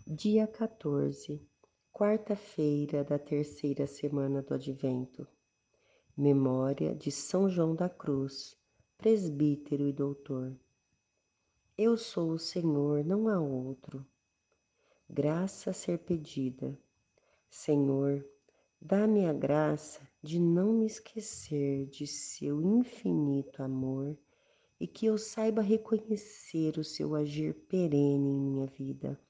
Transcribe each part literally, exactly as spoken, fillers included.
Dia quatorze, quarta-feira da terceira semana do Advento. Memória de São João da Cruz, presbítero e doutor. Eu sou o Senhor, não há outro. Graça a ser pedida. Senhor, dá-me a graça de não me esquecer de seu infinito amor e que eu saiba reconhecer o seu agir perene em minha vida.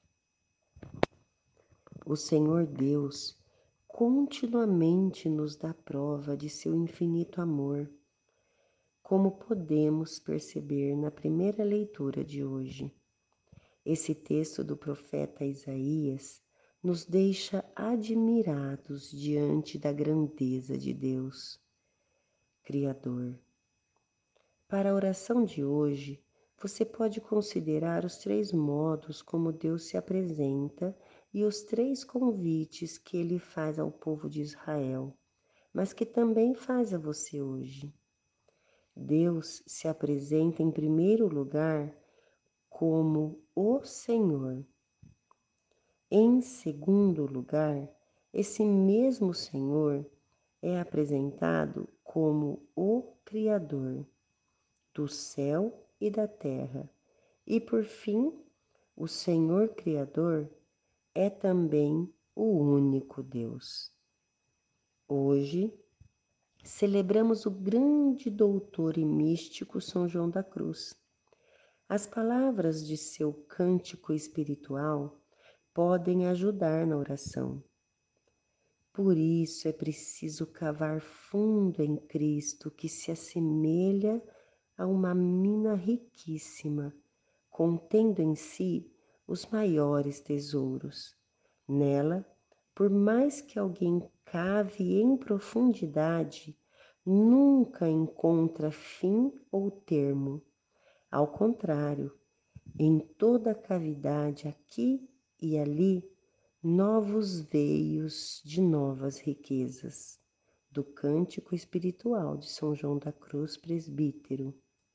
O Senhor Deus continuamente nos dá prova de seu infinito amor, como podemos perceber na primeira leitura de hoje. Esse texto do profeta Isaías nos deixa admirados diante da grandeza de Deus, Criador. Para a oração de hoje, você pode considerar os três modos como Deus se apresenta e os três convites que Ele faz ao povo de Israel, mas que também faz a você hoje. Deus se apresenta em primeiro lugar como o Senhor. Em segundo lugar, esse mesmo Senhor é apresentado como o Criador do céu e da terra. E por fim, o Senhor Criador é também o único Deus. Hoje, celebramos o grande doutor e místico São João da Cruz. As palavras de seu cântico espiritual podem ajudar na oração. Por isso é preciso cavar fundo em Cristo, que se assemelha a uma mina riquíssima, contendo em si os maiores tesouros. Nela, por mais que alguém cave em profundidade, nunca encontra fim ou termo. Ao contrário, em toda a cavidade, aqui e ali, novos veios de novas riquezas. Do Cântico Espiritual de São João da Cruz, presbítero.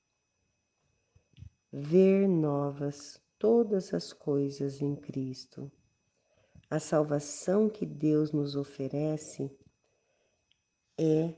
Ver novas todas as coisas em Cristo. A salvação que Deus nos oferece é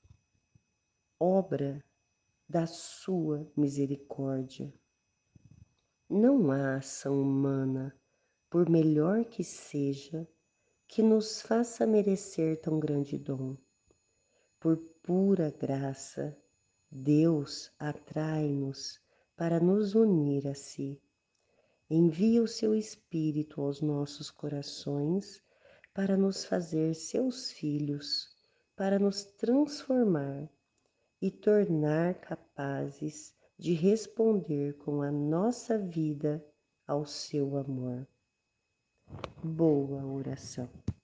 obra da sua misericórdia. Não há ação humana, por melhor que seja, que nos faça merecer tão grande dom. Por pura graça, Deus atrai-nos para nos unir a si. Envia o seu Espírito aos nossos corações para nos fazer seus filhos, para nos transformar e tornar capazes de responder com a nossa vida ao seu amor. Boa oração.